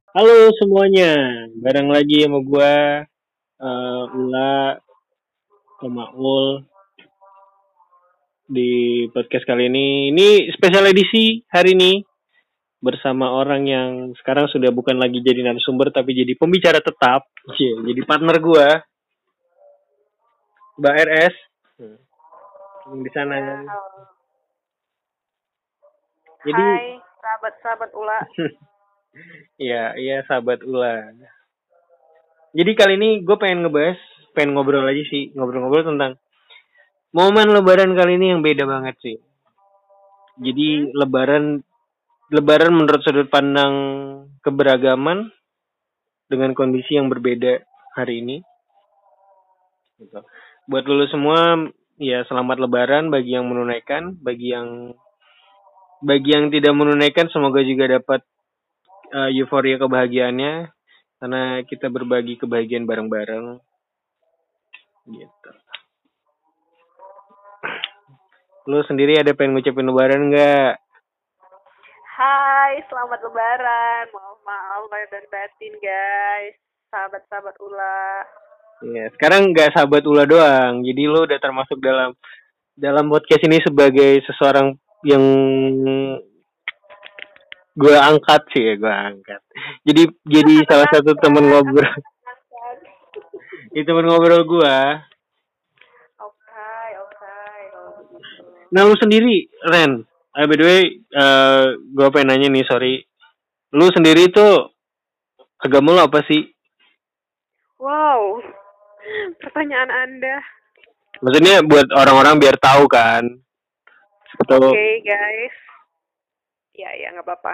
Halo semuanya, bareng lagi sama gua Ula sama Ul di podcast kali ini. Ini spesial edisi hari ini bersama orang yang sekarang sudah bukan lagi jadi narasumber tapi jadi pembicara tetap. Jadi partner gua, Mbak RS. Yang di sana. Ya, halo. Jadi Hai, sahabat-sahabat Ula. iya sahabat Ula. Jadi kali ini gue pengen ngobrol aja sih, ngobrol-ngobrol tentang momen Lebaran kali ini yang beda banget sih. Mhm. Jadi Lebaran menurut sudut pandang keberagaman dengan kondisi yang berbeda hari ini. Gitu. Buat lulu semua, ya selamat Lebaran bagi yang menunaikan, bagi yang tidak menunaikan, semoga juga dapat euforia kebahagiaannya, karena kita berbagi kebahagiaan bareng-bareng. Gitu. Lu sendiri ada pengen ngucapin Lebaran nggak? Hai, selamat Lebaran. Maaf lahir dan batin, guys. Sahabat-sahabat Ula. Ya, sekarang nggak sahabat Ula doang, jadi lu udah termasuk dalam dalam podcast ini sebagai seseorang yang gue angkat sih ya gue angkat jadi salah satu temen Angkat, ngobrol angkat. itu temen ngobrol gue. Oke, oke, kalau begitu. Nah lu sendiri Ren, by the way, gue pengen nanya nih, sorry, lu sendiri tuh agama lu apa sih? Wow, pertanyaan Anda. Maksudnya buat orang-orang biar tahu kan, atau Oke, guys. Ya, ya, nggak apa-apa.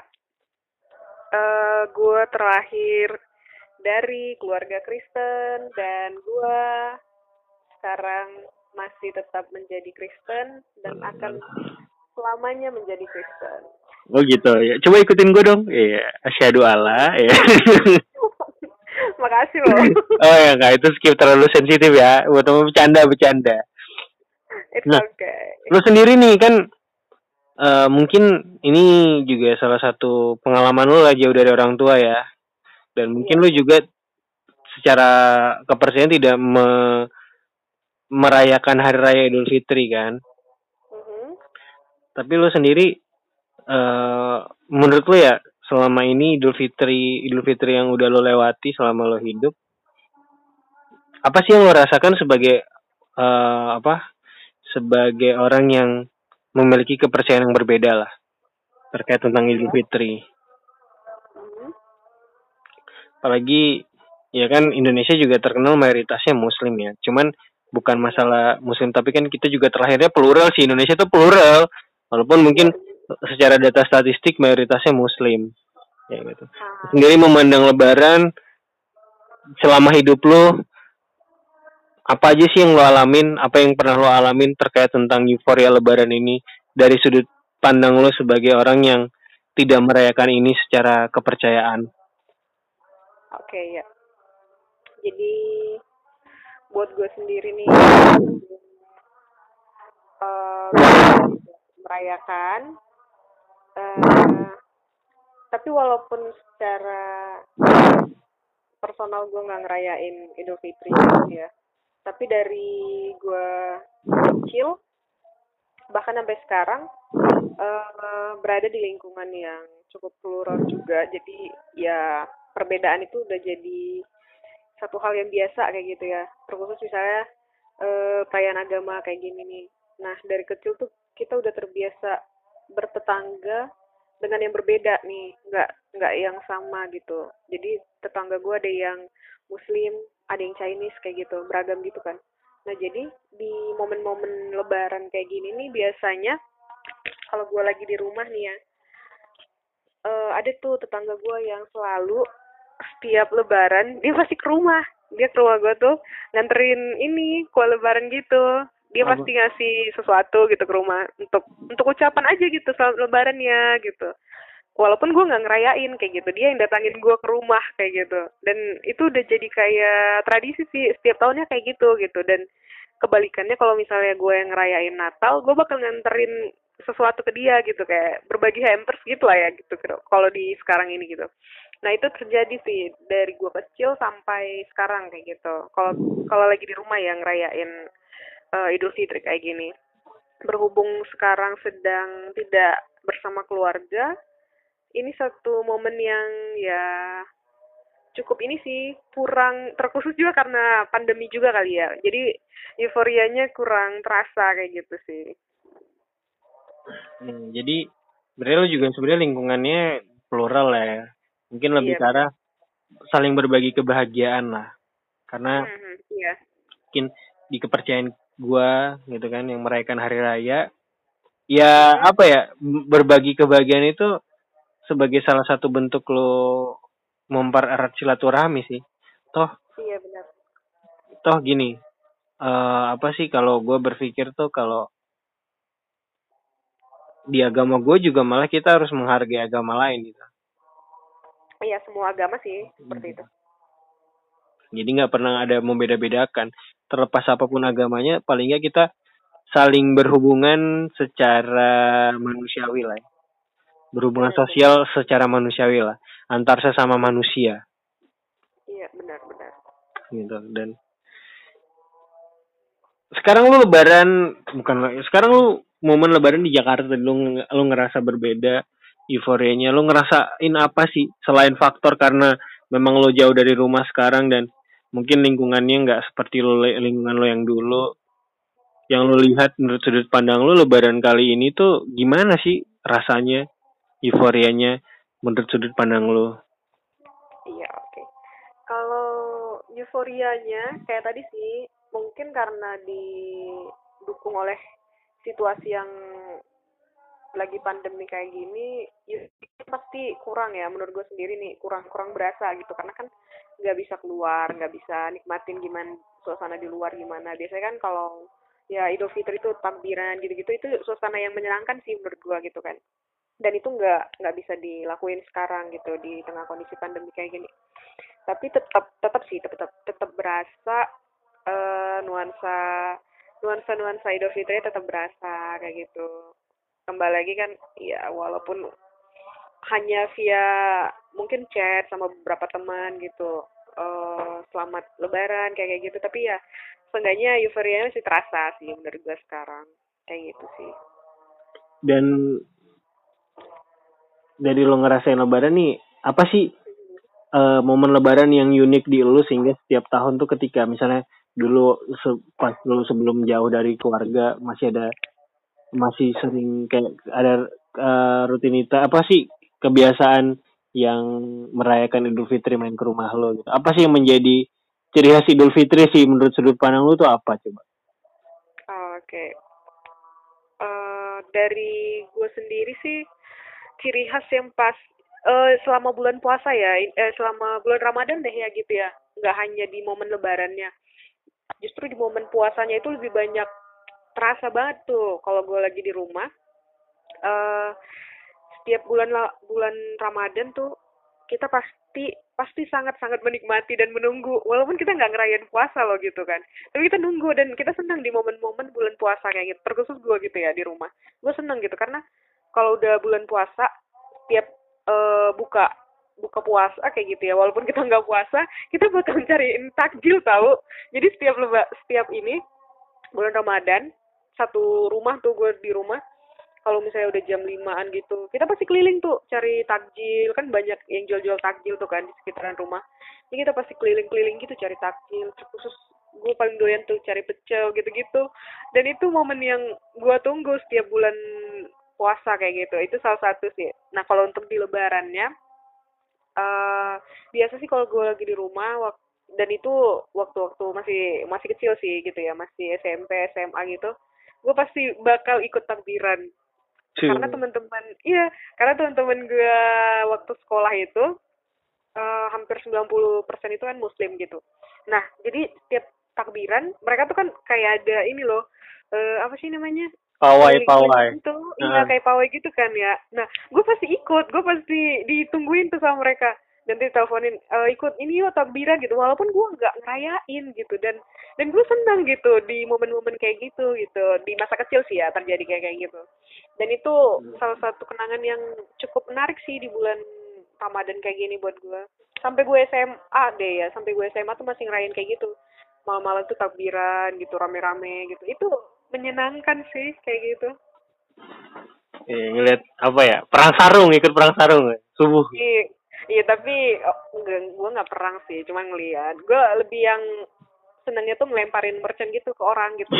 Gue terlahir dari keluarga Kristen dan gue sekarang masih tetap menjadi Kristen dan akan selamanya menjadi Kristen. oh gitu ya, coba ikutin gue dong, iya, asyhadu Allah ya. Makasih loh. Oh ya nggak, itu skip, terlalu sensitif ya buat temen, bercanda. It's Nah okay. lu sendiri nih kan, mungkin ini juga salah satu pengalaman lu lah jauh dari orang tua ya. Dan mungkin Iya. lu juga secara kepercayaan tidak merayakan hari raya Idul Fitri kan. Mhm. Tapi lu sendiri, uh, menurut lu ya, selama ini Idul Fitri yang udah lo lewati selama lo hidup, apa sih yang lo rasakan sebagai, apa, sebagai orang yang memiliki kepercayaan yang berbeda lah terkait tentang Idul Iya. Fitri. Mhm. Apalagi ya kan Indonesia juga terkenal mayoritasnya Muslim ya. Cuman bukan Iya. masalah Muslim, tapi kan kita juga terlahirnya plural sih, Indonesia itu plural. Walaupun Iya mungkin benar. secara data statistik mayoritasnya Muslim ya gitu. Ah, Sendiri memandang Lebaran selama hidup lo, apa aja sih yang lo alamin, apa yang pernah lo alamin terkait tentang euforia Lebaran ini dari sudut pandang lo sebagai orang yang tidak merayakan ini secara kepercayaan. oke ya. Jadi buat gue sendiri nih, gue tidak merayakan. eh tapi walaupun secara personal gue nggak ngerayain Idul Fitri gitu ya. Tapi dari gue kecil bahkan sampai sekarang berada di lingkungan yang cukup plural juga. Jadi ya perbedaan itu udah jadi satu hal yang biasa kayak gitu ya. Terkhusus misalnya perayaan agama kayak gini nih. Nah dari kecil tuh kita udah terbiasa bertetangga dengan yang berbeda nih, nggak yang sama gitu. Jadi tetangga gue ada yang Muslim, ada yang Chinese kayak gitu, beragam gitu kan. Nah jadi di momen-momen Lebaran kayak gini nih biasanya kalau gue lagi di rumah nih ya, ada tuh tetangga gue yang selalu setiap Lebaran dia pasti ke rumah. Dia ke rumah gue tuh nganterin ini kue Lebaran gitu. Dia Apa? pasti ngasih sesuatu gitu ke rumah untuk ucapan aja gitu selamat Lebaran ya gitu. Walaupun gue nggak ngerayain kayak gitu, dia yang datangin gue ke rumah kayak gitu. Dan itu udah jadi kayak tradisi sih setiap tahunnya kayak gitu. Dan kebalikannya kalau misalnya gue yang ngerayain Natal, gue bakal nganterin sesuatu ke dia gitu, kayak berbagi hampers gitu lah ya gitu kalau di sekarang ini gitu. Nah itu terjadi sih dari gue kecil sampai sekarang kayak gitu. Kalau kalau lagi di rumah ya ngerayain Idul Fitri kayak gini. Berhubung sekarang sedang tidak bersama keluarga, ini satu momen yang ya cukup ini sih kurang terkhusus juga karena pandemi juga kali ya. Jadi euforianya kurang terasa kayak gitu sih. Jadi sebenarnya lu juga sebenarnya lingkungannya plural lah ya. Mungkin lebih Iya ke benar. arah saling berbagi kebahagiaan lah. Karena Iya. mungkin di kepercayaan gua gitu kan yang merayakan hari raya, ya Mhm. apa ya, berbagi kebahagiaan itu sebagai salah satu bentuk lo mempererat silaturahmi sih. Toh Iya benar. toh gini, apa sih kalau gue berpikir tuh kalau di agama gue juga malah kita harus menghargai agama lain gitu. Iya semua agama sih seperti itu. Jadi nggak pernah ada membeda-bedakan. Terlepas apapun agamanya, paling nggak kita saling berhubungan secara manusiawi lah. Ya. Berhubungan Benar-benar. sosial secara manusiawi lah. Antar sesama manusia Iya benar-benar. gitu. Dan sekarang lu lebaran, bukan sekarang lu momen lebaran di Jakarta, lu ngerasa berbeda euforianya, lu ngerasain apa sih selain faktor karena memang lo jauh dari rumah sekarang dan mungkin lingkungannya nggak seperti lingkungan lo yang dulu, yang lo Mhm. lihat menurut sudut pandang lo lebaran kali ini tuh gimana sih rasanya, euforianya menurut sudut pandang lo? Iya oke. Kalau euforianya kayak tadi sih mungkin karena didukung oleh situasi yang lagi pandemi kayak gini pasti kurang ya menurut gue sendiri nih kurang kurang berasa gitu karena kan nggak bisa keluar nggak bisa nikmatin gimana suasana di luar gimana biasanya kan kalau ya Idul Fitri itu takbiran gitu-gitu itu suasana yang menyenangkan sih menurut gue gitu kan dan itu nggak bisa dilakuin sekarang gitu di tengah kondisi pandemi kayak gini tapi tetap tetap sih tetap tetap berasa nuansa nuansa nuansa Idul Fitri tetap berasa kayak gitu kembali lagi kan ya walaupun hanya via mungkin chat sama beberapa teman gitu selamat lebaran kayak gitu tapi ya seenggaknya euforianya masih terasa sih menurut gue sekarang kayak gitu sih. Dan dari lo ngerasain lebaran nih, apa sih momen lebaran yang unik di lu sehingga setiap tahun tuh ketika misalnya dulu pas lu sebelum jauh dari keluarga masih sering kayak ada rutinitas apa sih kebiasaan yang merayakan Idul Fitri main ke rumah lo gitu. Apa sih yang menjadi ciri khas Idul Fitri sih menurut sudut pandang lu tuh apa coba? Oke. Dari gue sendiri sih ciri khas yang pas selama bulan puasa ya selama bulan Ramadan deh ya gitu ya nggak hanya di momen lebarannya justru di momen puasanya itu lebih banyak terasa banget tuh kalau gue lagi di rumah eh setiap bulan Ramadan tuh kita pasti pasti sangat-sangat menikmati dan menunggu walaupun kita nggak ngerayain puasa loh gitu kan tapi kita nunggu dan kita senang di momen-momen bulan puasa kayak gitu terkhusus gue gitu ya di rumah gue seneng gitu karena kalau udah bulan puasa tiap buka buka puasa kayak gitu ya walaupun kita nggak puasa kita bakal cariin takjil tahu jadi setiap ini bulan Ramadan satu rumah tuh gue di rumah kalau misalnya udah jam 5-an gitu kita pasti keliling tuh cari takjil kan banyak yang jual-jual takjil tuh kan di sekitaran rumah jadi kita pasti keliling-keliling gitu cari takjil khusus gue paling doyan tuh cari pecel gitu-gitu dan itu momen yang gue tunggu setiap bulan puasa kayak gitu itu salah satu sih nah kalau untuk di lebarannya biasa sih kalau gue lagi di rumah dan itu waktu-waktu masih masih kecil sih gitu ya masih SMP SMA gitu gue pasti bakal ikut takbiran karena Cuy. teman-teman iya karena teman-teman gue waktu sekolah itu hampir 90% itu kan muslim gitu nah jadi setiap takbiran mereka tuh kan kayak ada ini loh apa sih namanya Pawai keliling-keliling pawai. gitu iya Heeh. kayak pawai gitu kan ya nah gue pasti ikut gue pasti ditungguin tuh sama mereka dan diteleponin ikut ini yuk takbiran gitu walaupun gue nggak ngerayain gitu dan gue senang gitu di momen-momen kayak gitu di masa kecil sih ya terjadi kayak kayak gitu dan itu salah satu kenangan yang cukup menarik sih di bulan Ramadan kayak gini buat gue. Sampai gue SMA deh ya, sampai gue SMA tuh masih ngerayain kayak gitu. Malam-malam tuh takbiran gitu, rame-rame gitu. Itu menyenangkan sih kayak gitu. Ngeliat apa ya, perang sarung, ikut perang sarung subuh. Iya, iya tapi gue nggak perang sih, cuma ngeliat. Gue lebih yang senangnya tuh ngelemparin merchan gitu ke orang gitu.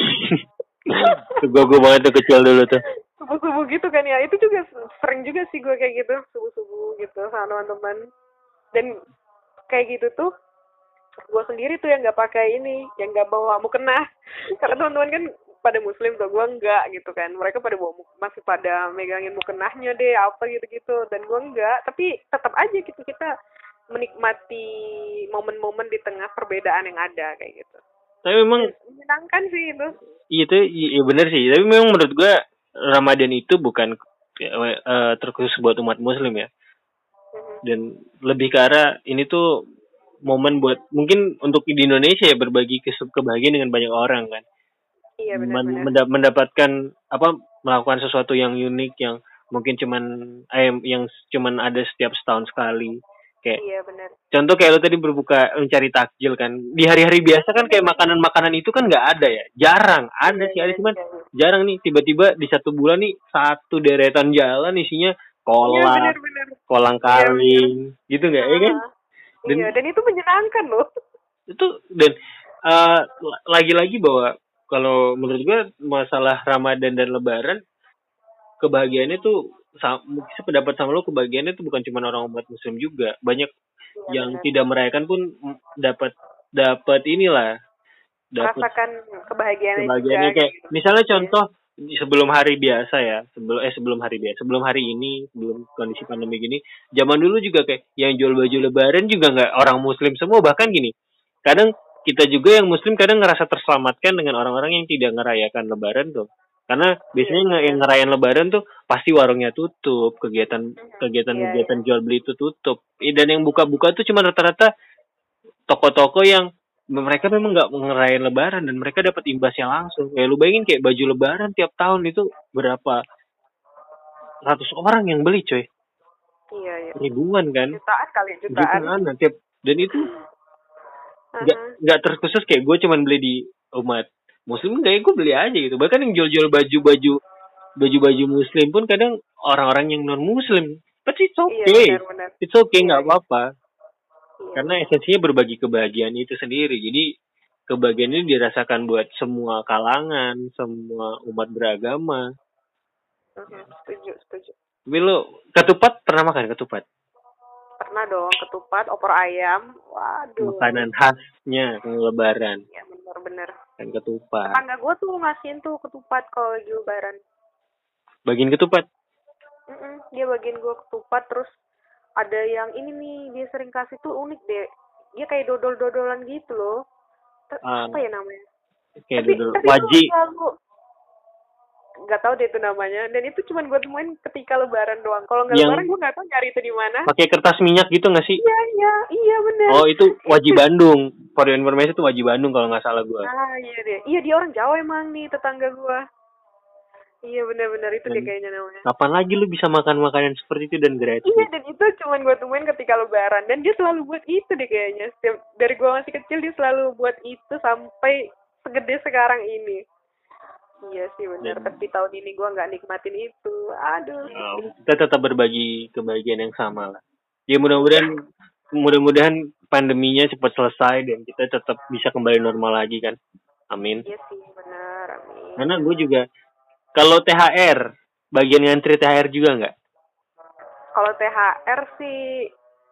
Gue banget tuh kecil dulu tuh. Subuh-subuh gitu kan ya, itu juga sering juga sih gue kayak gitu, subuh-subuh gitu sama teman-teman. Dan kayak gitu tuh, gue sendiri tuh yang nggak pakai ini, yang nggak bawa mukena. Karena teman-teman kan pada muslim tuh, gue enggak gitu kan. Mereka pada bawa masih pada megangin mukenahnya deh, apa gitu-gitu. Dan gue enggak, tapi tetap aja gitu kita menikmati momen-momen di tengah perbedaan yang ada kayak gitu. Tapi memang menyenangkan sih itu. Itu iya bener sih. Tapi memang menurut gue Ramadan itu bukan terkhusus buat umat muslim ya. Dan lebih ke arah ini tuh momen buat mungkin untuk di Indonesia ya berbagi kebahagiaan dengan banyak orang kan. Iya benar-benar. Mendapatkan apa melakukan sesuatu yang unik yang mungkin yang cuman ada setiap setahun sekali. Kayak iya benar. Contoh kayak lo tadi berbuka mencari takjil kan. Di hari-hari biasa kan kayak makanan-makanan itu kan nggak ada ya. Jarang. Ada sih ada cuman jarang nih tiba-tiba di satu bulan nih satu deretan jalan isinya kolak, kolang kaling, gitu nggak ya kan? Dan itu menyenangkan loh. Itu dan lagi-lagi bahwa kalau menurut gue masalah Ramadan dan Lebaran kebahagiaannya tuh sependapat sama lo kebahagiaannya tuh bukan cuma orang umat muslim juga banyak yang tidak merayakan pun dapat inilah merasakan kebahagiaannya juga, kayak gitu. Misalnya contoh sebelum hari biasa ya sebelum hari ini sebelum kondisi pandemi gini zaman dulu juga kayak yang jual baju lebaran juga nggak orang muslim semua bahkan gini kadang kita juga yang muslim kadang ngerasa terselamatkan dengan orang-orang yang tidak ngerayakan lebaran tuh karena biasanya yang ngerayain lebaran tuh pasti warungnya tutup kegiatan jual beli itu tutup dan yang buka-buka tuh cuma rata-rata toko-toko yang mereka memang nggak ngerayain lebaran dan mereka dapat imbasnya langsung. Ya lu bayangin kayak baju lebaran tiap tahun itu berapa ratus orang yang beli coy. Iya. Ribuan kan. Jutaan kali jutaan. Tiap dan itu nggak terkhusus kayak gue cuman beli di umat muslim enggak ya gue beli aja gitu. Bahkan yang jual-jual baju muslim pun kadang orang-orang yang non muslim. But it's okay. Benar. It's okay nggak apa-apa. Karena esensinya berbagi kebahagiaan itu sendiri. Jadi kebahagiaan ini dirasakan buat semua kalangan, semua umat beragama. Setuju. Tapi lo ketupat pernah makan ketupat? Pernah dong, ketupat, opor ayam. Waduh. Makanan khasnya lebaran. Ya benar. Dan ketupat. Tetangga gue tuh ngasihin tuh ketupat kalau lagi lebaran. Bagiin ketupat? Dia bagiin gue ketupat terus ada yang ini nih dia sering kasih tuh unik deh dia kayak dodol-dodolan gitu loh apa ya namanya kayak dodol waji nggak tahu deh itu namanya dan itu cuma gue temuin ketika lebaran doang kalau nggak lebaran gue nggak tahu nyari itu di mana pakai kertas minyak gitu nggak sih iya benar oh itu waji Bandung for your information itu waji Bandung kalau nggak salah gue iya dia orang Jawa emang nih tetangga gue. Iya benar-benar itu dia kayaknya namanya. Kapan lagi lu bisa makan makanan seperti itu dan gratis? Iya dan itu cuman gue temuin ketika lebaran dan dia selalu buat itu deh kayaknya. Dari gue masih kecil dia selalu buat itu sampai segede sekarang ini. Iya sih benar. Tapi tahun ini gue nggak nikmatin itu. Aduh. Kita tetap berbagi kebahagiaan yang sama lah. Ya mudah-mudahan pandeminya cepat selesai dan kita tetap bisa kembali normal lagi kan. Amin. Iya sih benar. Amin. Karena gue juga kalau THR, bagian ngantri THR juga nggak? Kalau THR sih,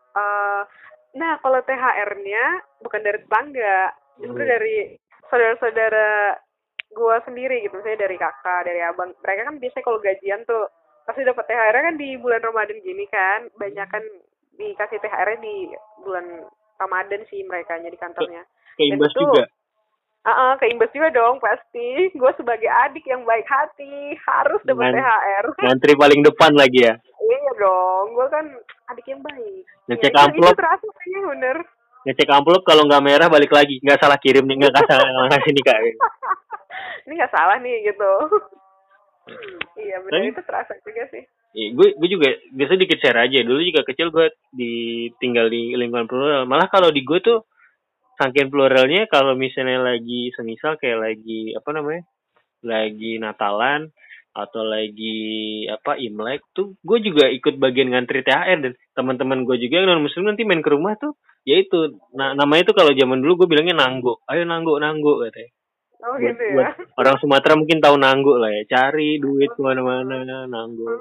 nah kalau THR-nya bukan dari tetangga, justru dari saudara-saudara gue sendiri gitu, misalnya dari kakak, dari abang. Mereka kan biasanya kalau gajian tuh pasti dapat THR-nya kan di bulan Ramadan gini kan, banyak kan dikasih THR-nya di bulan Ramadan sih merekanya di kantornya. Keimbas juga. Keimbas juga dong pasti. Gue sebagai adik yang baik hati harus dapat THR. Ngantri paling depan lagi ya? Iya dong, gue kan adik yang baik. Ngecek amplop. Itu terasa kayaknya bener. Ngecek amplop kalau nggak merah balik lagi, nggak salah kirim nih, nggak salah ngasih nih kak. Ini nggak salah nih gitu. Iya benar itu terasa juga sih. gue juga biasa dikit share aja. Dulu juga kecil gue tinggal di lingkungan plural. Malah kalau di gue tuh saking pluralnya, kalau misalnya lagi semisal kayak lagi apa namanya, lagi Natalan atau lagi apa Imlek tuh, gue juga ikut bagian ngantri THR. Dan teman-teman gue juga yang non muslim nanti main ke rumah tuh, ya itu namanya tuh kalau zaman dulu gue bilangnya nanggo, ayo nanggo nanggo katanya. Oh buat gitu buat ya. orang Sumatera mungkin tahu nanggo lah ya, cari duit kemana-mana nanggo.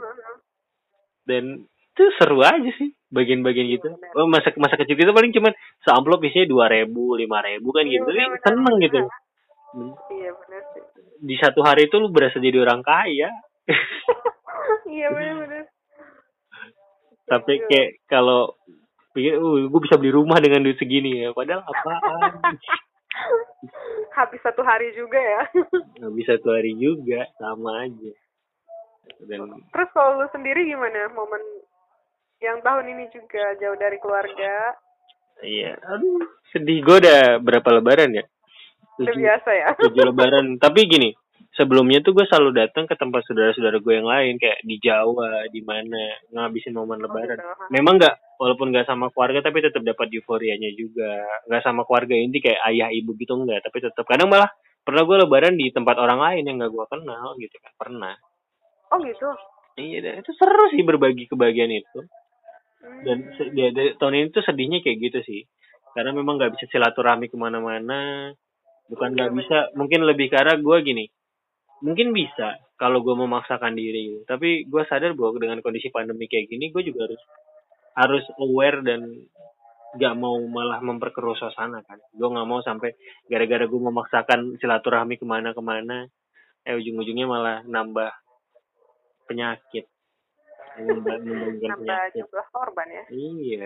Dan itu seru aja sih bagian-bagian Iya gitu. benar. Oh, masa masa kecil kita paling cuman seamplop isinya 2.000 5.000 kan Iya gitu, tapi benar benar seneng gitu. benar. Iya benar sih. Di satu hari itu lu berasa jadi orang kaya. Iya benar benar. Tapi Setuju. kayak kalau pikir, gue bisa beli rumah dengan duit segini ya, padahal apaan. Habis satu hari juga ya. Nggak bisa 2 hari juga, sama aja. Dan Terus kalau lu sendiri gimana momen yang tahun ini juga jauh dari keluarga? iya, aduh, sedih. Gue udah berapa lebaran ya, Udah tujuh biasa ya. 7 lebaran. Tapi gini, sebelumnya tuh gue selalu datang ke tempat saudara-saudara gue yang lain, kayak di Jawa, di mana ngabisin momen Oh lebaran. gitu. Memang nggak, walaupun nggak sama keluarga, tapi tetap dapat euforianya juga. Nggak sama keluarga inti kayak ayah ibu gitu, nggak, tapi tetap kadang malah pernah gue lebaran di tempat orang lain yang nggak gue kenal gitu kan, pernah. Oh gitu. Iya, dan itu seru sih berbagi kebahagiaan itu. Dan Hmm, tahun ini tuh sedihnya kayak gitu sih, karena memang nggak bisa silaturahmi kemana-mana. Bukan iya nggak bisa, benar. mungkin lebih karena gue gini, mungkin bisa kalau gue memaksakan diri, tapi gue sadar bahwa dengan kondisi pandemi kayak gini gue juga harus harus aware dan gak mau malah memperkeruh suasana kan. Gue nggak mau sampai gara-gara gue memaksakan silaturahmi kemana-kemana, ujung-ujungnya malah nambah penyakit, mengembangkan Nambah penyakit. jumlah korban ya. Iya,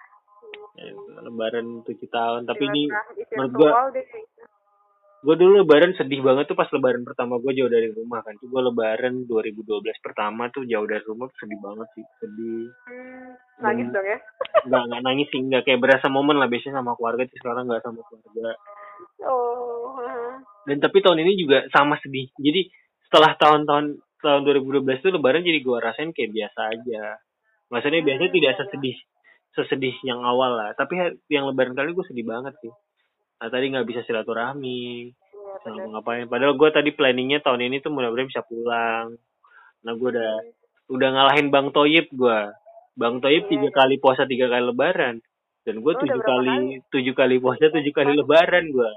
lebaran 7 tahun. Tapi ini Silaturahmi menurut gue virtual deh. gue dulu lebaran sedih banget tuh pas lebaran pertama gue jauh dari rumah kan. Tuh gue lebaran 2012 pertama tuh jauh dari rumah tuh sedih banget sih, sedih. Nangis Dan dong ya. nggak nangis sih, nggak kayak berasa momen lah, biasanya sama keluarga sih, sekarang nggak sama keluarga. Oh, Dan tapi tahun ini juga sama sedih. Jadi setelah tahun 2012 tuh lebaran jadi gue rasain kayak biasa aja. Maksudnya biasanya tidak iya ya. sesedih sesedih yang awal lah, tapi yang lebaran kali gue sedih banget sih. Nah, tadi nggak bisa silaturahmi, Iya bisa benar sih. ngapain, padahal gue tadi planningnya tahun ini tuh mudah-mudahan bisa pulang. Nah, gue Hmm, udah ngalahin Bang Toyib gue. Bang Toyib iya tiga ya. kali puasa 3 kali lebaran, dan gue Lu udah tujuh berapa kali? kali 7 kali puasa 7 kali Hebat. lebaran gue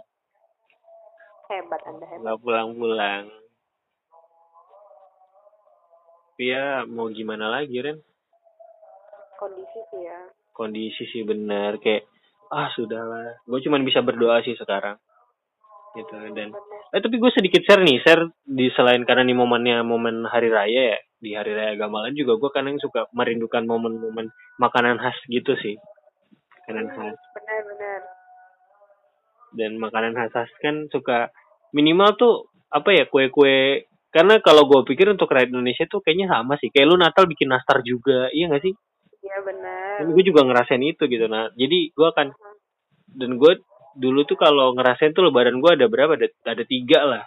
Hebat Anda hebat. nggak pulang-pulang. Tapi ya mau gimana lagi, Ren, Kondisi sih ya. kondisi sih bener kayak, sudahlah, gue cuman bisa berdoa sih sekarang gitu. Dan Benar. tapi gue sedikit share di, selain karena nih momennya momen hari raya ya, di hari raya agama lain juga gue kadang suka merindukan momen-momen makanan khas gitu sih, makanan khas. Benar-benar. Dan makanan khas kan suka minimal tuh apa ya, kue-kue. Karena kalau gue pikir untuk rakyat Indonesia tuh kayaknya sama sih, kayak lu Natal bikin nastar juga, iya gak sih? Iya benar. Gue juga ngerasain itu gitu. Nah jadi gue akan, dan gue dulu tuh kalau ngerasain tuh lebaran gue ada berapa, ada 3 lah,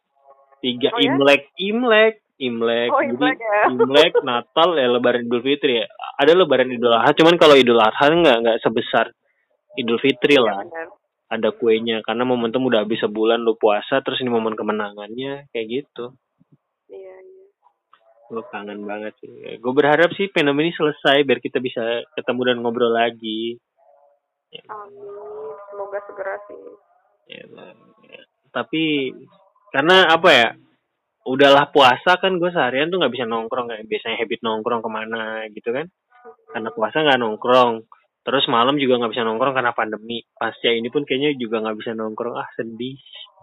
3 Oh ya? Imlek. Oh Jadi Imlek ya. Imlek, Natal, ya Lebaran Idul Fitri ya. Ada Lebaran Idul Adha, cuman kalau Idul Adha nggak sebesar Idul Fitri Iya lah. benar. Ada kuenya karena momentum udah habis sebulan lu puasa, terus ini momen kemenangannya kayak gitu. Iya iya. Gue kangen banget sih. Gue berharap sih pandemi ini selesai biar kita bisa ketemu dan ngobrol lagi. Ya, Amin. Semoga segera sih. ya, ya. Tapi karena apa ya? Udahlah puasa kan, gue seharian tuh nggak bisa nongkrong kayak biasanya habit nongkrong kemana gitu kan. Karena puasa nggak nongkrong. Terus malam juga nggak bisa nongkrong karena pandemi. Pasca ini pun kayaknya juga nggak bisa nongkrong. Sedih.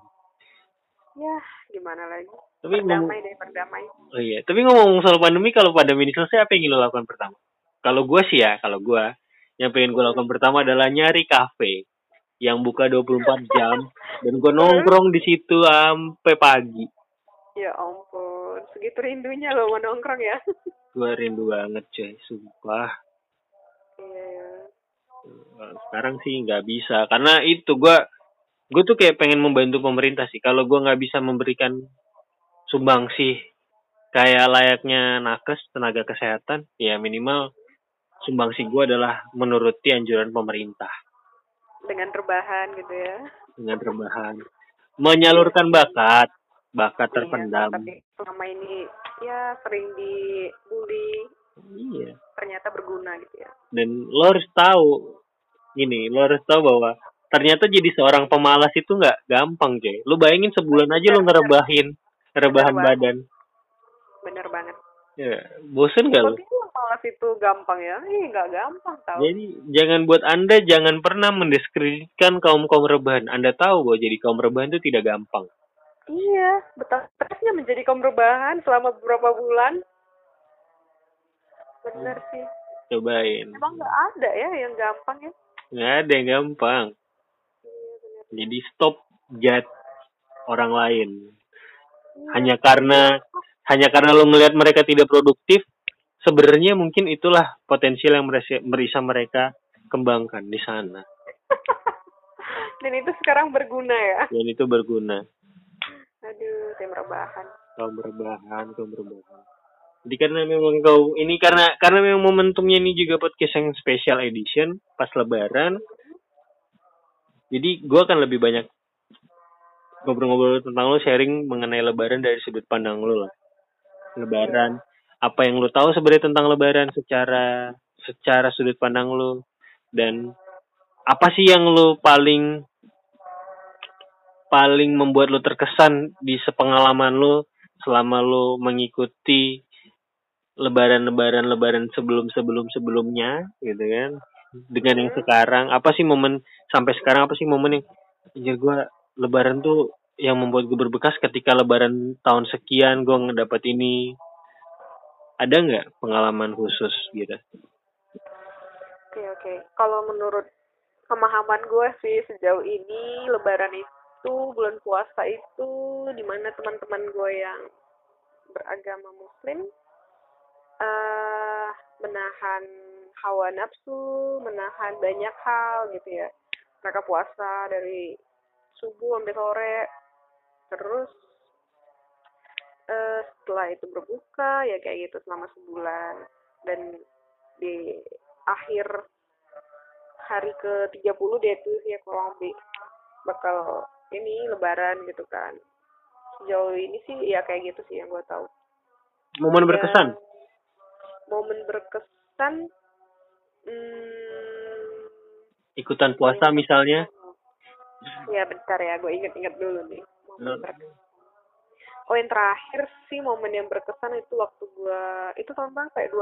Ya, gimana lagi? Tapi ngomong, Berdamai deh, berdamai. oh iya, tapi ngomong soal pandemi, kalau pandemi ini selesai, apa yang ingin lo lakukan pertama? Kalau gue sih ya, kalau gue, yang pengen gue lakukan pertama adalah nyari kafe yang buka 24 jam, dan gue Terus? nongkrong di situ sampai pagi. Ya ampun, segitu rindunya loh mau nongkrong ya. Gue rindu banget cuy, sumpah. Iya ya. Sekarang sih nggak bisa, karena itu gue tuh kayak pengen membantu pemerintah sih. Kalau gue nggak bisa memberikan sumbang sih kayak layaknya nakes tenaga kesehatan, ya minimal sumbangsi gue adalah menuruti anjuran pemerintah Dengan rebahan gitu ya. dengan rebahan, menyalurkan bakat bakat Iya, kalau terpendam. tapi selama ini ya sering dibully, Iya. ternyata berguna gitu ya. Dan lo harus tahu lo harus tahu bahwa ternyata jadi seorang pemalas itu nggak gampang, coy. Lo bayangin sebulan aja lo Bener, bener ngerebahan banget, badan. bener banget. Ya, bosen gak lo? Kok bilang malas itu gampang ya? Nggak gampang tau. Jadi jangan pernah mendiskreditkan kaum rebahan. Anda tahu bahwa jadi kaum rebahan itu tidak gampang. Iya, betul. Stresnya menjadi kaum rebahan selama beberapa bulan. Bener sih. Cobain. Emang nggak ada ya yang gampang ya? Nggak ada yang gampang. Iya, bener. Jadi stop judge orang lain. Iya, Hanya karena lo ngelihat mereka tidak produktif, sebenarnya mungkin itulah potensial yang bisa mereka kembangkan di sana. Dan itu sekarang berguna ya. Dan itu berguna. Aduh, tim rebahan. Kaum rebahan. Jadi karena memang karena memang momentumnya ini juga podcast yang special edition pas Lebaran. Jadi gue akan lebih banyak ngobrol-ngobrol tentang lo, sharing mengenai Lebaran dari sudut pandang lo lah. Lebaran, apa yang lo tahu sebenarnya tentang Lebaran secara sudut pandang lo, dan apa sih yang lo paling membuat lo terkesan di sepengalaman lo selama lo mengikuti lebaran sebelumnya gitu kan, dengan yang sekarang. Apa sih momen sampai sekarang, apa sih momen yang gue lebaran tuh yang membuat gue berbekas ketika lebaran tahun sekian gue ngedapat ini? Ada nggak pengalaman khusus gitu? Oke. Kalau menurut pemahaman gue sih sejauh ini lebaran itu, bulan puasa itu dimana teman-teman gue yang beragama muslim menahan hawa nafsu, menahan banyak hal gitu ya. Mereka puasa dari subuh sampai sore, terus setelah itu berbuka ya kayak gitu selama sebulan, dan di akhir hari ke-30 dia tuh ya kurang lebih bakal ini lebaran gitu kan. Sejauh ini sih ya kayak gitu sih yang gue tahu. Momen berkesan? Momen berkesan ikutan puasa misalnya? Ya bentar ya, gue inget-inget dulu nih momen berkesan. Oh, yang terakhir sih momen yang berkesan itu waktu gue, itu tahun berapa ya,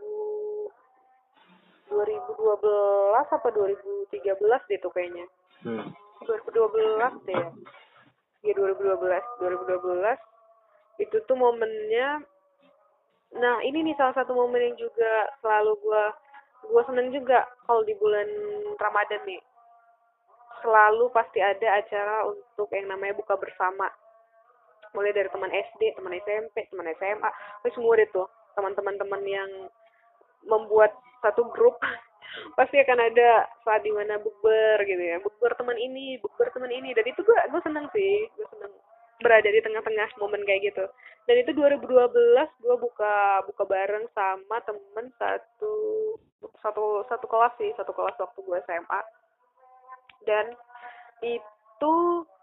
2012 apa 2013 deh tuh kayaknya. 2012 deh. Ya 2012 itu tuh momennya. Nah, ini nih salah satu momen yang juga selalu gue seneng juga kalau di bulan Ramadan nih. Selalu pasti ada acara untuk yang namanya buka bersama. Mulai dari teman SD, teman SMP, teman SMA, semua deh tuh teman-teman yang membuat satu grup pasti akan ada saat dimana bukber gitu ya, bukber teman ini, dan itu gue seneng sih, gue seneng berada di tengah-tengah momen kayak gitu. Dan itu 2012 gue buka bareng sama temen satu kelas sih, satu kelas waktu gue SMA. Dan itu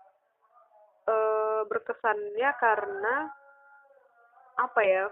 berkesannya karena apa ya,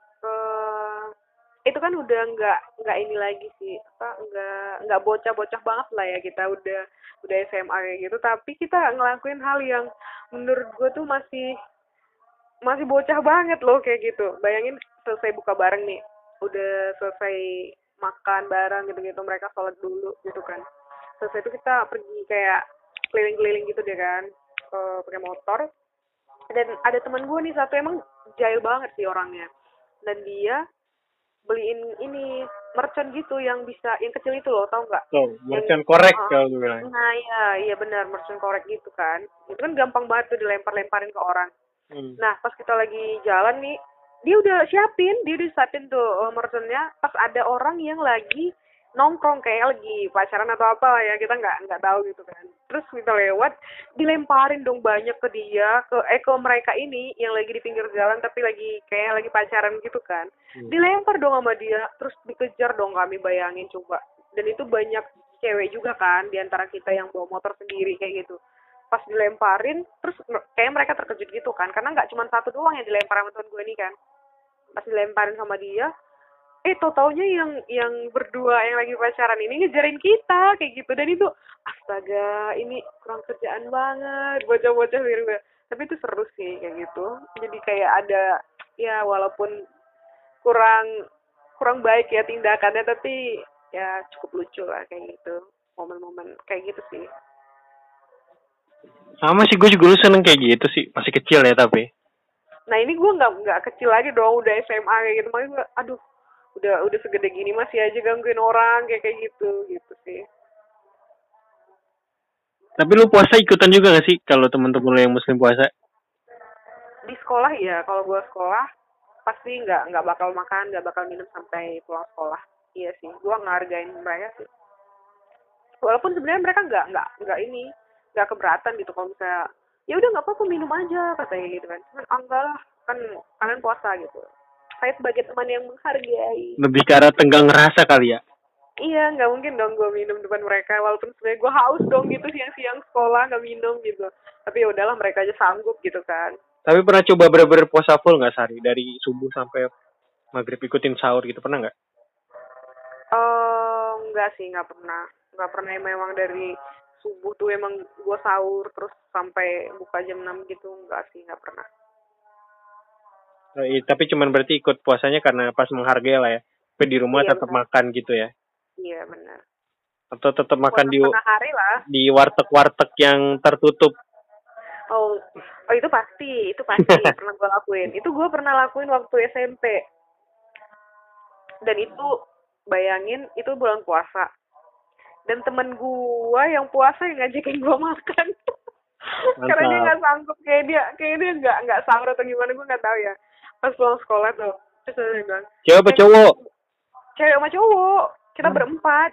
itu kan udah nggak ini lagi sih, nggak bocah-bocah banget lah ya, kita udah SMA kayak gitu, tapi kita ngelakuin hal yang menurut gue tuh masih bocah banget loh kayak gitu. Bayangin selesai buka bareng nih, udah selesai makan bareng gitu-gitu, mereka sholat dulu gitu kan, selesai itu kita pergi kayak keliling-keliling gitu deh kan, pakai motor. Dan ada teman gue nih satu, emang jahil banget sih orangnya, dan dia beliin ini mercon gitu yang kecil itu loh, tau nggak? Mercon korek kalau gue bilang. Nah iya benar, mercon korek gitu kan. Itu kan gampang banget tuh dilempar-lemparin ke orang. Nah pas kita lagi jalan nih, dia udah siapin tuh merconnya. Pas ada orang yang lagi nongkrong kayak lagi pacaran atau apa lah ya, kita nggak tahu gitu kan. Terus kita lewat, dilemparin dong banyak ke dia, ke mereka ini yang lagi di pinggir jalan tapi lagi kayak lagi pacaran gitu kan. Dilempar dong sama dia, terus dikejar dong, kami bayangin coba. Dan itu banyak cewek juga kan di antara kita yang bawa motor sendiri kayak gitu. Pas dilemparin, terus kayak mereka terkejut gitu kan, karena nggak cuma satu doang yang dilempar sama temen gue ini kan. Pas dilemparin sama dia, tau taunya yang berdua yang lagi pacaran ini ngejarin kita kayak gitu. Dan itu astaga, ini kurang kerjaan banget bocah-bocah gitu. Tapi itu seru sih kayak gitu, jadi kayak ada, ya walaupun kurang kurang baik ya tindakannya, tapi ya cukup lucu lah kayak gitu, momen-momen kayak gitu sih. Sama sih, gue juga lu seneng kayak gitu sih, masih kecil ya tapi. Nah ini gue nggak kecil lagi dong, udah SMA kayak gitu, makanya gue aduh, udah segede gini masih aja gangguin orang kayak gitu gitu sih. Tapi lu puasa ikutan juga gak sih kalau temen-temen lu yang muslim puasa? Di sekolah ya, kalau gue sekolah pasti nggak bakal makan, nggak bakal minum sampai pulang sekolah. Iya sih, gue ngehargain mereka sih, walaupun sebenarnya mereka nggak ini, nggak keberatan gitu kalau misalnya ya udah nggak apa-apa minum aja katanya gitu kan. Cuman enggak lah, kan kalian puasa gitu. Saya sebagai teman yang menghargai. Lebih ke arah tenggang rasa kali ya. Iya, nggak mungkin dong gue minum depan mereka, walaupun sebenarnya gue haus dong gitu siang-siang sekolah nggak minum gitu. Tapi ya udahlah, mereka aja sanggup gitu kan. Tapi pernah coba bener-bener puasa full gak sehari? Dari subuh sampai maghrib ikutin sahur gitu, pernah gak? Enggak sih, nggak pernah. Nggak pernah, memang dari subuh tuh emang gue sahur terus sampai buka jam 6 gitu, enggak sih, nggak pernah. Tapi cuman berarti ikut puasanya karena pas menghargai lah ya. Tapi di rumah Iya tetap benar. makan gitu ya. Iya benar. Atau tetap makan Puasa setengah hari lah. di warteg-warteg yang tertutup. Oh, oh itu pasti pernah gue lakuin. Itu gue pernah lakuin waktu SMP. Dan itu, bayangin, itu bulan puasa. Dan temen gue yang puasa yang ngajakin gue makan. Karena dia Mantap. nggak sanggup, kayak dia nggak sahur atau gimana, gue nggak tahu ya. Pas pulang sekolah tuh, terus dia bilang, Cewek apa cowok? cewek sama cowok, kita Hmm. berempat.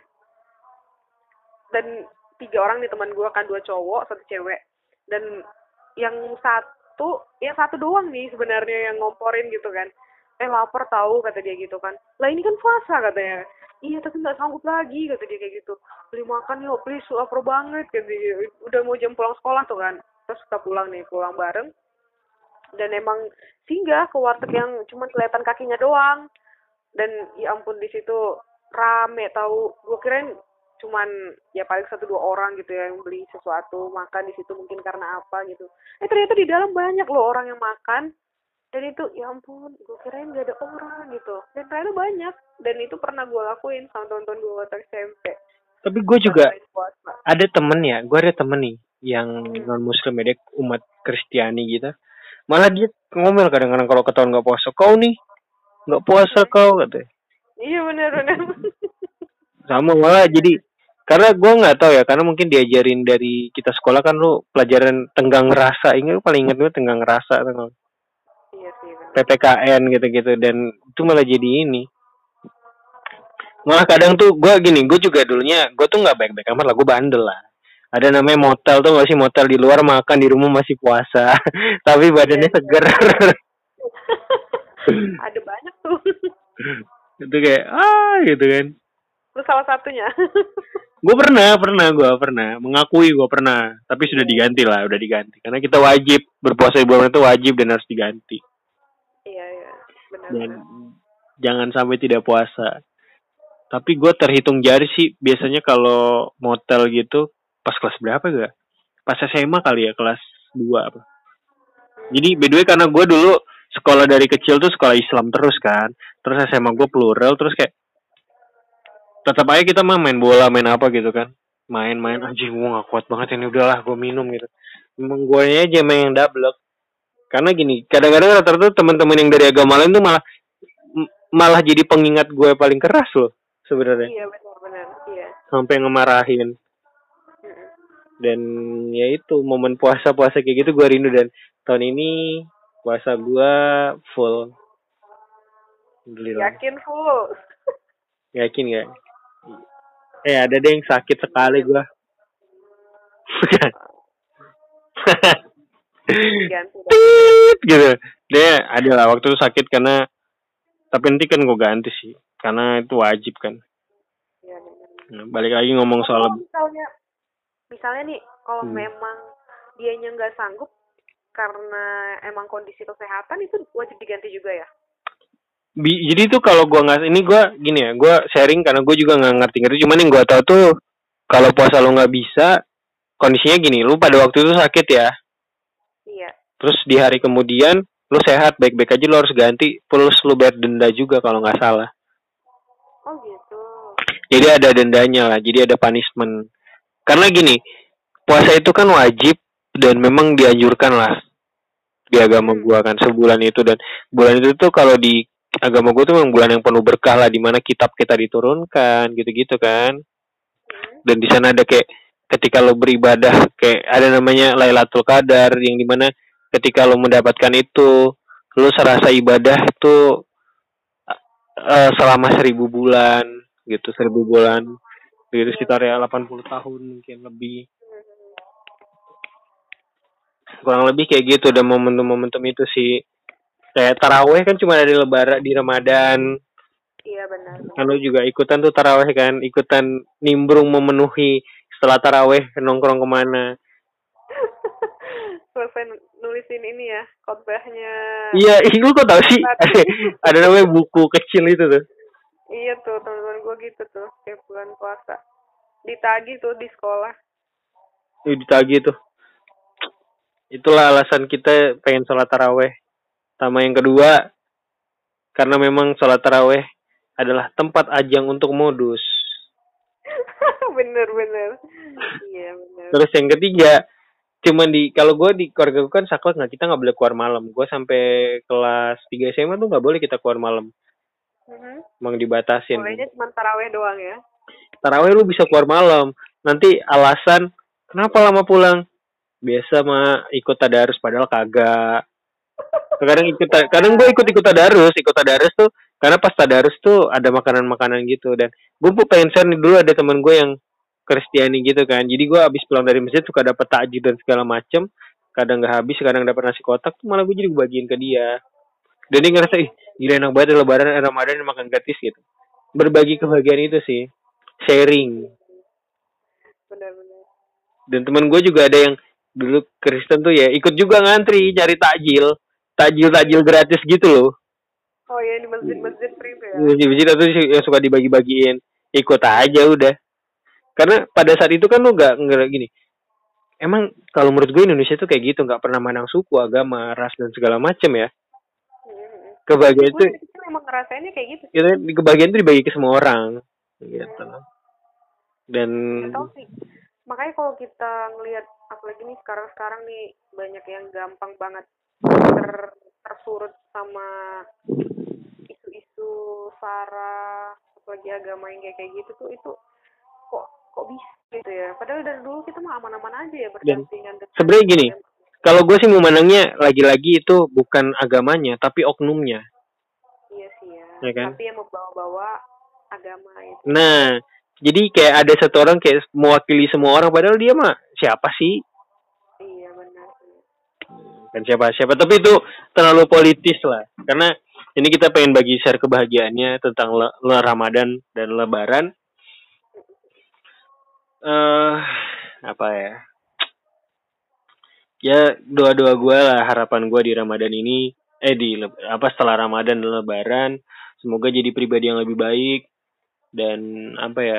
Dan 3 orang nih teman gue kan, 2 cowok 1 cewek. Dan yang satu doang nih sebenarnya yang ngomporin gitu kan. Lapar tahu, kata dia gitu kan. Lah ini kan puasa katanya. Iya tapi nggak sanggup lagi, kata dia kayak gitu. Beli makan yuk please, lapar banget, kata dia. Udah mau jam pulang sekolah tuh kan. Terus kita pulang bareng. Dan emang singgah ke warteg yang cuma kelihatan kakinya doang. Dan ya ampun, di situ rame tahu. Gue kirain cuman ya paling 1-2 orang gitu ya yang beli sesuatu makan di situ, mungkin karena apa gitu. Ternyata di dalam banyak loh orang yang makan. Dan itu ya ampun, gue kirain gak ada orang gitu, dan ternyata banyak. Dan itu pernah gue lakuin sama teman-teman gue waktu SMP, Tapi gue pas juga lagi puasa. ada temen ya. Gue ada temen nih yang non muslim ya, dia umat Kristiani gitu. Malah dia ngomel kadang-kadang kalau ketahuan nggak puasa. Kau nih nggak puasa kau katanya. Iya benar-benar. Sama malah jadi, karena gue nggak tahu ya, karena mungkin diajarin dari kita sekolah kan lu pelajaran tenggang rasa. Ini paling inget gue tenggang rasa kan, Iya sih benar. PPKN gitu-gitu, dan itu malah jadi ini. Malah kadang tuh gue gini, gue juga dulunya gue tuh nggak baik-baik amat lah, gue bandel lah. Ada namanya motel tuh gak sih, motel di luar makan, di rumah masih puasa. Tapi Iya badannya iya. seger. Ada banyak tuh. Itu kayak gitu kan. Lu salah satunya. Gue pernah mengakui gue pernah, tapi sudah diganti lah, udah diganti. Karena kita wajib berpuasa di bulan itu, wajib dan harus diganti. Iya iya, Dan benar-benar. jangan sampai tidak puasa. Tapi gue terhitung jari sih biasanya kalau motel gitu pas kelas berapa gue? Pas SMA kali ya, kelas 2 apa. Jadi by the way, karena gue dulu sekolah dari kecil tuh sekolah Islam terus kan. Terus SMA gue plural, terus kayak tetap aja kita mah main bola, main apa gitu kan. Main-main aja, gue gak kuat banget ini, udahlah gue minum gitu. Emang gue aja main yang double. Karena gini, kadang-kadang rata-rata teman-teman yang dari agama lain tuh malah malah jadi pengingat gue paling keras loh sebenarnya. Iya benar-benar. Iya. Sampai ngemarahin. Dan ya itu momen puasa-puasa kayak gitu gue rindu, dan tahun ini puasa gue full. Alhamdulillah. Yakin full? Yakin gak? Ada deh yang sakit sekali gue. Ganti dah. Tit, gitu. Dia ada lah waktu itu sakit karena, tapi nanti kan gue ganti sih karena itu wajib kan. Iya benar. Nah, balik lagi ngomong Tapi soal kalau misalnya nih, kalau memang dianya nggak sanggup karena emang kondisi kesehatan, itu wajib diganti juga ya? jadi tuh kalau gue nggak, ini gue gini ya, gue sharing karena gue juga nggak ngerti, cuman yang gue tahu tuh kalau puasa lo nggak bisa, kondisinya gini, lu pada waktu itu sakit ya, Iya. terus di hari kemudian lu sehat baik-baik aja, lu harus ganti plus lu bayar denda juga kalau nggak salah. Oh gitu. Jadi ada dendanya lah, jadi ada punishment. Karena gini, puasa itu kan wajib dan memang dianjurkan lah di agama gua kan sebulan itu, dan bulan itu tuh kalau di agama gua tuh memang bulan yang penuh berkah lah, dimana kitab kita diturunkan gitu-gitu kan. Dan di sana ada kayak ketika lo beribadah kayak ada namanya Lailatul Qadar, yang dimana ketika lo mendapatkan itu lo serasa ibadah tuh selama 1000 bulan gitu, 1000 bulan gitu, sekitar ya 80 tahun mungkin lebih, kurang lebih kayak gitu. Dan momentum-momentum itu sih kayak taraweh kan cuma ada di lebaran, di Ramadan. Iya benar. Kan lu juga ikutan tuh taraweh kan, ikutan nimbrung memenuhi setelah taraweh nongkrong kemana. Selesai nulisin ini ya, khotbahnya. Iya, lu kok tau sih? Ada namanya buku kecil itu tuh. Iya tuh, teman-teman gue gitu tuh, tiap bulan puasa. Ditagih tuh di sekolah. Ditagih tuh. Itulah alasan kita pengen sholat taraweh. Sama yang kedua, karena memang sholat taraweh adalah tempat ajang untuk modus. Bener. Iya bener. Terus yang ketiga, cuman kalau gue di keluarga gue kan saklek nggak, kita nggak boleh keluar malam. Gue sampai kelas 3 SMA tuh nggak boleh kita keluar malam. Emang dibatasin. Bolehnya cuma taraweh doang ya? Taraweh lu bisa keluar malam. Nanti alasan kenapa lama pulang? Biasa mah ikut tadarus, padahal kagak. Kadang gue ikut tadarus tuh karena pas tadarus tuh ada makanan-makanan gitu, dan gue pengen share nih, dulu ada teman gue yang Kristiani gitu kan, jadi gue abis pulang dari masjid suka dapat takjil dan segala macem, kadang nggak habis, kadang dapat nasi kotak tuh malah gue jadi bagiin ke dia, dan dia ngerasa gila enak banget lebaran Ramadan makan gratis gitu. Berbagi kebahagiaan itu sih, sharing. Benar-benar. Dan teman gue juga ada yang dulu Kristen tuh ya, ikut juga ngantri cari takjil gratis gitu loh. Oh iya, di masjid-masjid free ya? Masjid-masjid itu yang suka dibagi-bagiin, ikut aja udah. Karena pada saat itu kan lu nggak gini. Emang kalau menurut gue Indonesia tuh kayak gitu, nggak pernah mandang suku, agama, ras dan segala macem ya. Kebahagiaan itu emang ngerasainnya kayak gitu. Kebahagiaan itu dibagi ke semua orang, gitu. Dan makanya kalau kita ngelihat apalagi nih sekarang nih banyak yang gampang banget tersurut sama isu-isu sara, apalagi agama yang kayak gitu tuh, itu kok bisa gitu ya, padahal dari dulu kita mah aman-aman aja ya berdampingan. Sebenarnya gini, kalau gue sih memandangnya lagi-lagi itu bukan agamanya tapi oknumnya. Iya sih ya kan? Tapi yang membawa-bawa agama itu. Nah, jadi kayak ada satu orang kayak mewakili semua orang, padahal dia mah siapa sih? Iya benar. Kan siapa, tapi itu terlalu politis lah. Karena ini kita pengen bagi share kebahagiaannya tentang Ramadan dan Lebaran. Apa ya? Ya doa-doa gue lah, harapan gue di Ramadan ini, setelah Ramadan dan Lebaran, semoga jadi pribadi yang lebih baik, dan apa ya,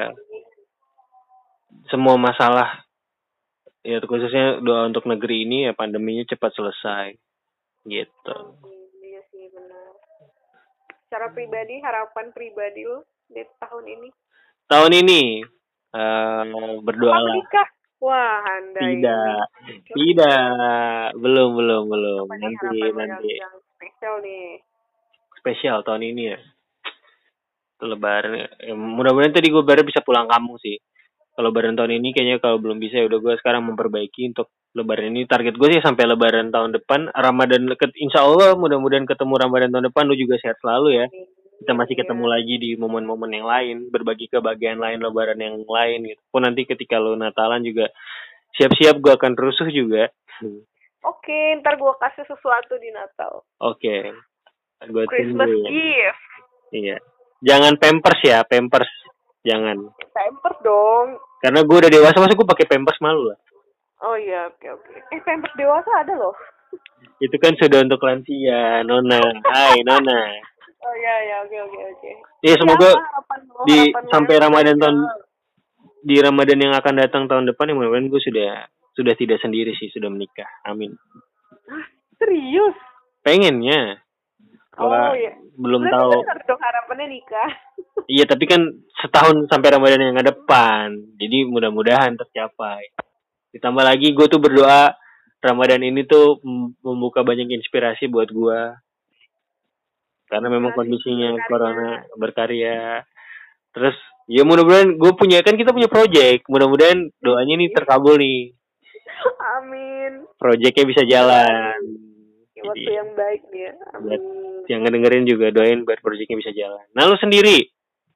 semua masalah ya khususnya doa untuk negeri ini ya pandeminya cepat selesai gitu. Iya sih benar. Secara pribadi, harapan pribadi lo di tahun ini? Tahun ini berdoa lah. Wah, andai. Tidak, belum. Nanti. Yang spesial nih. Spesial tahun ini ya. Lebaran. Mudah-mudahan tadi gue baru bisa pulang kampung sih. Kalau Lebaran tahun ini kayaknya kalau belum bisa ya udah gue sekarang memperbaiki untuk Lebaran ini. Target gue sih sampai Lebaran tahun depan. Ramadan insya Allah mudah-mudahan ketemu Ramadan tahun depan. Lu juga sehat selalu ya. kita masih ketemu lagi di momen-momen yang lain, berbagi kebahagiaan lain, lebaran yang lain gitu. Pun nanti ketika lo Natalan juga siap-siap gue akan rusuh juga. Oke, ntar gue kasih sesuatu di Natal. Oke. Gue Christmas tunggu. gift. Iya. Jangan Pampers ya, Pampers. Jangan. Pampers dong. Karena gue udah dewasa, masa gue pakai Pampers malu lah. Oh iya, oke. Pampers dewasa ada loh. Itu kan sudah untuk lansia, Nona. Hai, Nona. Oh iya, oke. Iya, semoga di harapan sampai Ramadan di Ramadan yang akan datang tahun depan, ya mudah-mudahan gue sudah tidak sendiri sih, sudah menikah. Amin. Hah, serius? Pengennya. Iya. Belum berarti tahu. Berarti dong harapannya nikah. Iya, tapi kan setahun sampai Ramadan yang ke depan. Jadi mudah-mudahan tercapai. Ditambah lagi gue tuh berdoa Ramadan ini tuh membuka banyak inspirasi buat gue. Karena memang kondisinya corona, berkarya. Terus ya mudah-mudahan kita punya project. Mudah-mudahan doanya nih terkabul nih. Amin. Projectnya bisa jalan. Waktu yang baik nih ya. Amin. Yang ngedengerin juga doain biar projectnya bisa jalan. Nah, lu sendiri,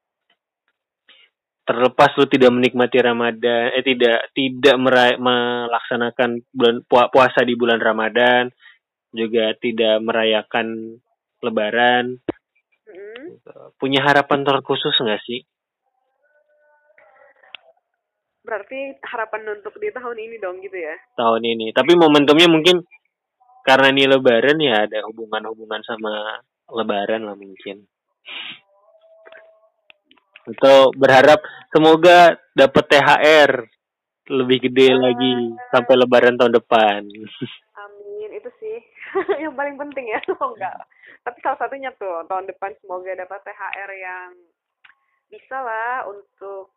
terlepas lu tidak menikmati Ramadan, tidak melaksanakan puasa di bulan Ramadan, juga tidak merayakan Lebaran, punya harapan terkhusus nggak sih? Berarti harapan untuk di tahun ini dong gitu ya? Tahun ini, tapi momentumnya mungkin karena ini Lebaran ya ada hubungan sama Lebaran lah mungkin. Atau berharap semoga dapat THR lebih gede lagi sampai Lebaran tahun depan. Amin, itu sih yang paling penting ya. Oh enggak. Tapi salah satunya tuh tahun depan semoga dapat THR yang bisa lah untuk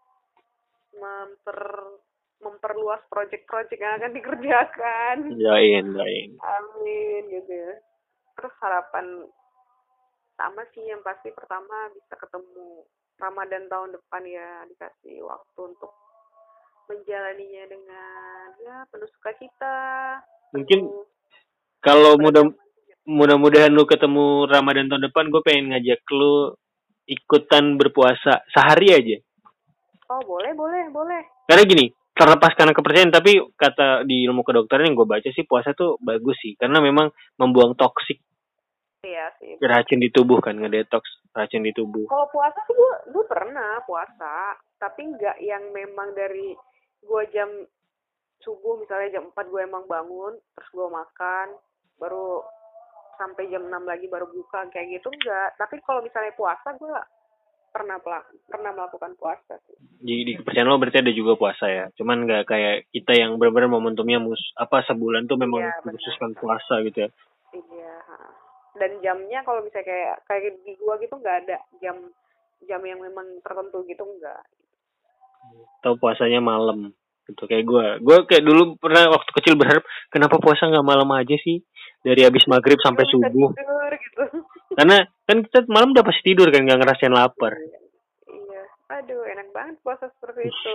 memperluas proyek-proyek yang akan dikerjakan. Doain. Amin gitu ya. Terus harapan sama sih yang pasti pertama bisa ketemu Ramadan tahun depan ya, dikasih waktu untuk menjalaninya dengan ya penuh sukacita. Mungkin kalau mudah-mudahan lu ketemu Ramadan tahun depan, gue pengen ngajak lu ikutan berpuasa sehari aja. Oh boleh. Karena gini, terlepas karena kepercayaan, tapi kata di ilmu kedokteran yang gue baca sih puasa tuh bagus sih, karena memang membuang toksik. Iya sih. Racun di tubuh kan, ngedetoks racun di tubuh. Kalau puasa sih gue pernah puasa, tapi nggak yang memang dari gue jam subuh misalnya jam 4 gue emang bangun, terus gue makan, baru sampai jam 6 lagi baru buka kayak gitu enggak. Tapi kalau misalnya puasa gue pernah melakukan puasa sih. Di kepercayaan lo berarti ada juga puasa ya. Cuman nggak kayak kita yang benar-benar momentumnya sebulan tuh memang khususkan puasa gitu ya. Iya. Dan jamnya kalau misalnya kayak di gua gitu nggak ada jam yang memang tertentu gitu enggak. Atau puasanya malam gitu kayak gue kayak dulu pernah waktu kecil berharap kenapa puasa nggak malam aja sih dari habis maghrib sampai subuh tidur, gitu. Karena kan kita malam udah pasti tidur kan nggak ngerasain lapar. Iya, aduh enak banget puasa seperti itu.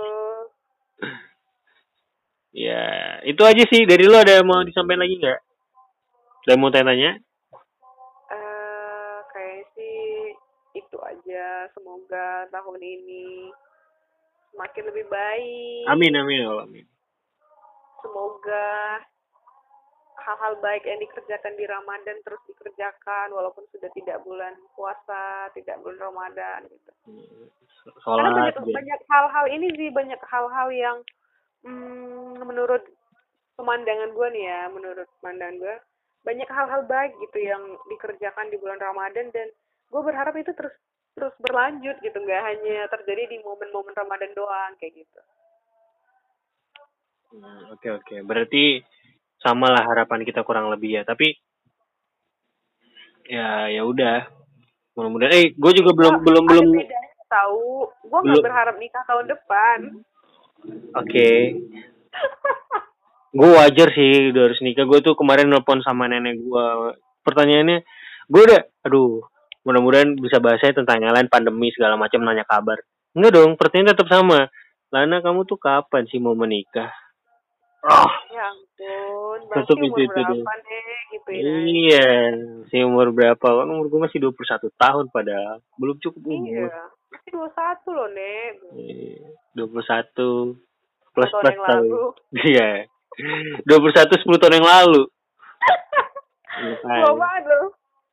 Ya itu aja sih dari lo. Ada mau disampaikan lagi nggak? Ada mau tanya? Kayak sih itu aja, semoga tahun ini semakin lebih baik. Amin. Semoga hal-hal baik yang dikerjakan di Ramadan terus dikerjakan walaupun sudah tidak bulan puasa, tidak bulan Ramadan gitu. Karena banyak hal-hal ini sih, banyak hal-hal yang menurut pemandangan gue nih ya, banyak hal-hal baik gitu yang dikerjakan di bulan Ramadan, dan gue berharap itu terus berlanjut gitu, nggak hanya terjadi di momen-momen Ramadan doang kayak gitu. Oke. Berarti sama lah harapan kita kurang lebih ya. Tapi ya udah. Mudah-mudahan. Gue juga belum. Ada bedanya tahu. Gue nggak berharap nikah tahun depan. Oke. Gue wajar sih udah harus nikah. Gue tuh kemarin nelpon sama nenek gue. Pertanyaannya, gue udah, mudah-mudahan bisa bahasanya tentang yang lain, pandemi segala macam, nanya kabar. Enggak dong, pertanyaan tetap sama. Lana, kamu tuh kapan sih mau menikah? Ya ampun. Berarti Tutup umur itu deh. berapa nih gituin aja. Iya, si umur berapa? Kan umur gue masih 21 tahun padahal. Belum cukup umur. Iya, masih 21 loh, Nek. Iya, 21 10 plus tahun plus yang kali. lalu. Iya. 21 10 tahun yang lalu. Tua Makanya. banget loh.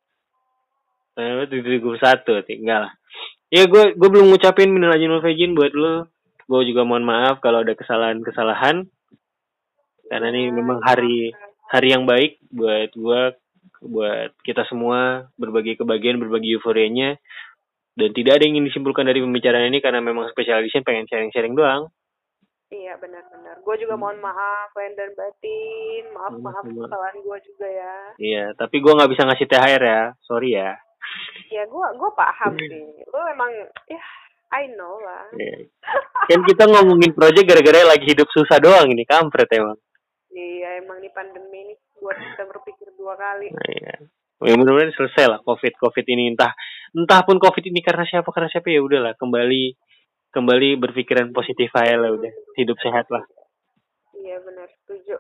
Nah, 21 tinggal. Ya gue belum ngucapin minal aidin wal faizin buat lo. Gue juga mohon maaf kalau ada kesalahan-kesalahan karena Iya, ini memang hari dimaafkan. hari yang baik buat gue, buat kita semua, berbagi kebahagiaan, berbagi euforianya, dan tidak ada yang ingin disimpulkan dari pembicaraan ini karena memang special edition pengen sharing-sharing doang. Iya, benar-benar. Gue juga mohon maaf, lahir dan batin. Maaf-maaf Sama-sama. kesalahan gue juga ya. Iya, tapi gue nggak bisa ngasih THR ya, sorry ya. Ya, gue paham sih. Lo emang, ya, I know lah. Iya. Kan kita ngomongin project gara-gara lagi hidup susah doang ini, kampret emang. Iya, emang nih pandemi ini buat kita berpikir 2 kali. Nah, iya. Ya, mudah-mudahan selesai lah COVID ini, entah pun COVID ini karena siapa ya udahlah, kembali berpikiran positif aja lah, udah hidup sehat lah. Iya, benar, setuju.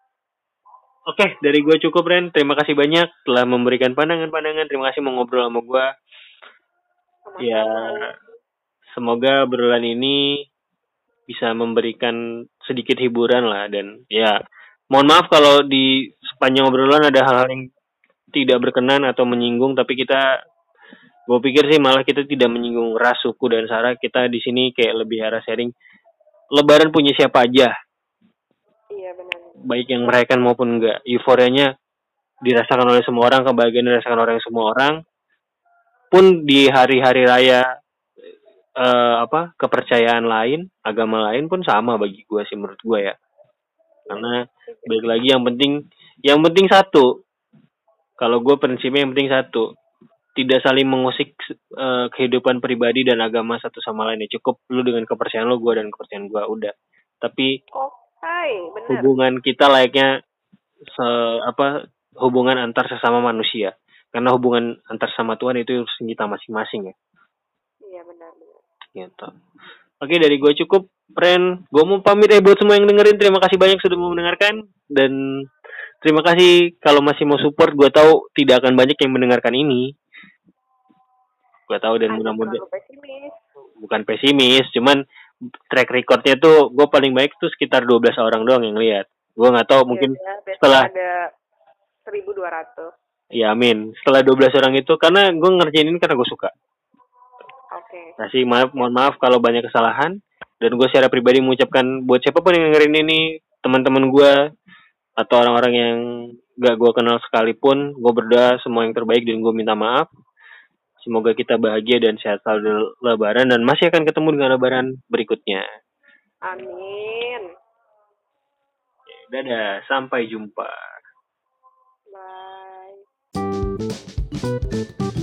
Oke, dari gue cukup Ren, terima kasih banyak telah memberikan pandangan-pandangan, terima kasih mau ngobrol sama gue. Ya, Sama-sama. semoga obrolan ini bisa memberikan sedikit hiburan lah, dan ya mohon maaf kalau di sepanjang obrolan ada hal-hal yang tidak berkenan atau menyinggung, tapi gue pikir sih malah kita tidak menyinggung ras, suku, dan sara. Kita di sini kayak lebih arah sharing Lebaran punya siapa aja, Iya, benar. baik yang merayakan maupun enggak. Euforianya dirasakan oleh semua orang, kebahagiaan dirasakan oleh semua orang. Pun di hari-hari raya kepercayaan lain, agama lain pun sama bagi gue sih, menurut gue ya. Karena balik lagi yang penting satu. Kalau gue prinsipnya yang penting satu, tidak saling mengusik kehidupan pribadi dan agama satu sama lain. Ya cukup lu dengan kepercayaan lu, gue dan kepercayaan gue, udah. Tapi benar. hubungan kita layaknya hubungan antar sesama manusia. Karena hubungan antar sama Tuhan itu urusan kita masing-masing ya. Iya, benar. Gitu. Oke, dari gue cukup, friend. Gue mau pamit ya buat semua yang dengerin. Terima kasih banyak sudah mau mendengarkan, dan terima kasih kalau masih mau support. Gue tahu tidak akan banyak yang mendengarkan ini. Gue tahu, dan mudah-mudahan bukan pesimis, cuman track recordnya tuh gue paling baik tuh sekitar 12 orang doang yang lihat. Gue nggak tahu, mungkin setelah ada 1.200. Ya amin. Setelah 12 orang itu, karena gue ngerjain ini karena gue suka. Oke. Kasih mohon maaf kalau banyak kesalahan, dan gue secara pribadi mengucapkan buat siapapun yang dengerin ini, teman-teman gue atau orang-orang yang gak gue kenal sekalipun, gue berdoa semua yang terbaik dan gue minta maaf. Semoga kita bahagia dan sehat selalu Lebaran, dan masih akan ketemu dengan Lebaran berikutnya. Amin. Dadah, sampai jumpa. Bye.